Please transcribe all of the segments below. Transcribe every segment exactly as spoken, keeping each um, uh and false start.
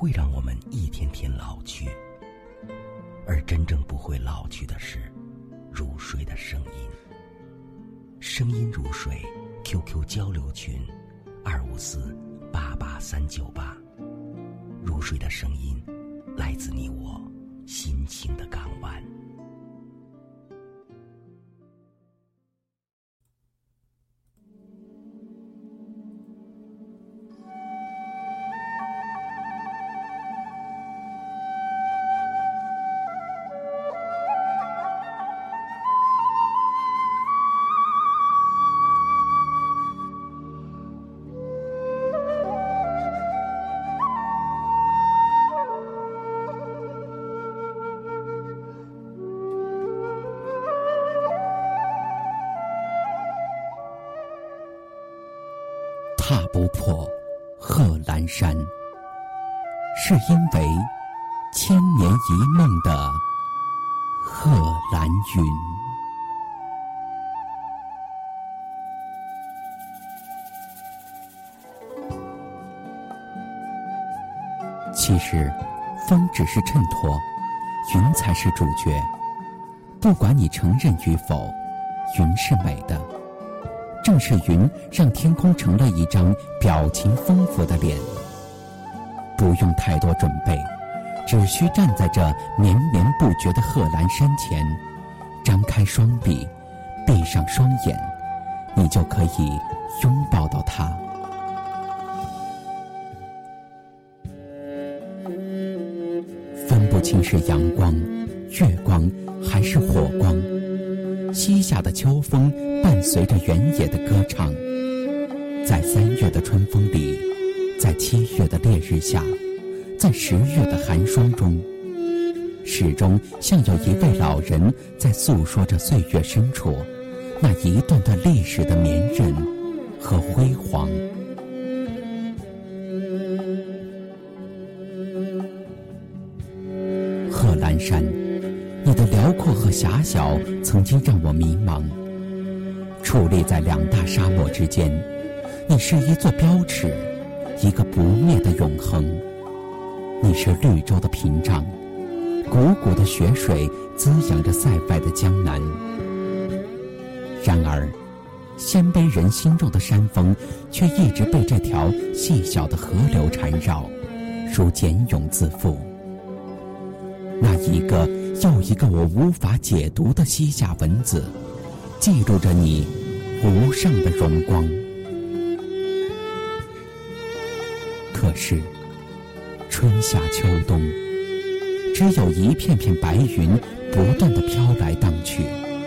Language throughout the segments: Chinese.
会让我们一天天老去，而真正不会老去的是入睡的声音。声音如水 Q Q 交流群二五四八八三九八，入睡的声音来自你我心情的港湾。 踏不破贺兰山，是因为千年一梦的贺兰云。其实风只是衬托，云才是主角。不管你承认与否，云是美的。正是云让天空成了一张表情丰富的脸。不用太多准备，只需站在这绵绵不绝的贺兰山前，张开双臂，闭上双眼，你就可以拥抱到它。分不清是阳光、月光还是火光，西下的秋风伴随着原野的歌唱，在三月的春风里，在七月的烈日下，在十月的寒霜中，始终像有一位老人在诉说着岁月深处那一段段历史的绵韧和辉煌。贺兰山，你的辽阔和狭小曾经让我迷茫。矗立在两大沙漠之间，你是一座标尺，一个不灭的永恒。你是绿洲的屏障，汩汩的雪水滋养着塞外的江南。然而鲜卑人心中的山峰却一直被这条细小的河流缠绕，如茧蛹自缚。那一个又一个我无法解读的西夏文字，记录着你无上的荣光。可是春夏秋冬，只有一片片白云不断地飘来荡去。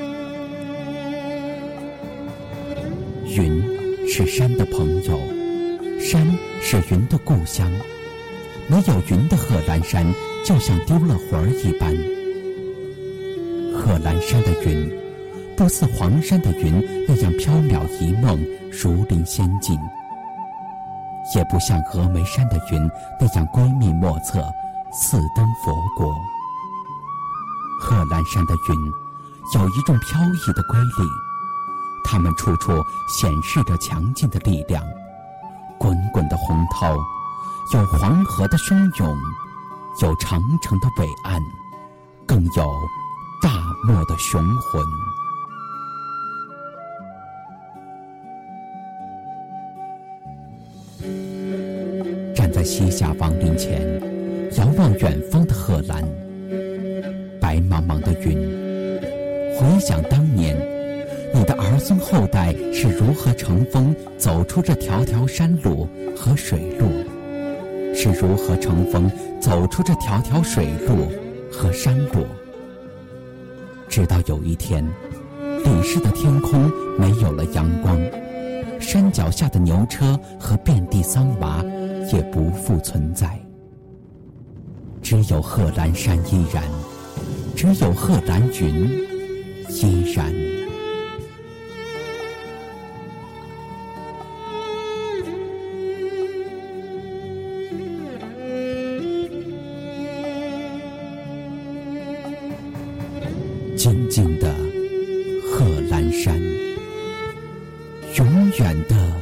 云是山的朋友，山是云的故乡。没有云的贺兰山就像丢了魂儿一般。贺兰山的云不似黄山的云那样飘渺一梦，如临仙境，也不像峨眉山的云那样闺蜜莫测，似登佛国。贺兰山的云有一种飘逸的规律，它们处处显示着强劲的力量，滚滚的洪涛，有黄河的汹涌，有长城的伟岸，更有大漠的雄浑。站在西夏王陵前，遥望远方的贺兰，白茫茫的云，回想当年你的儿孙后代是如何乘风走出这条条山路和水路，是如何乘风走出这条条水路和山路。直到有一天，李氏的天空没有了阳光，山脚下的牛车和遍地桑麻也不复存在，只有贺兰山依然，只有贺兰云依然。静静的贺兰山，永远的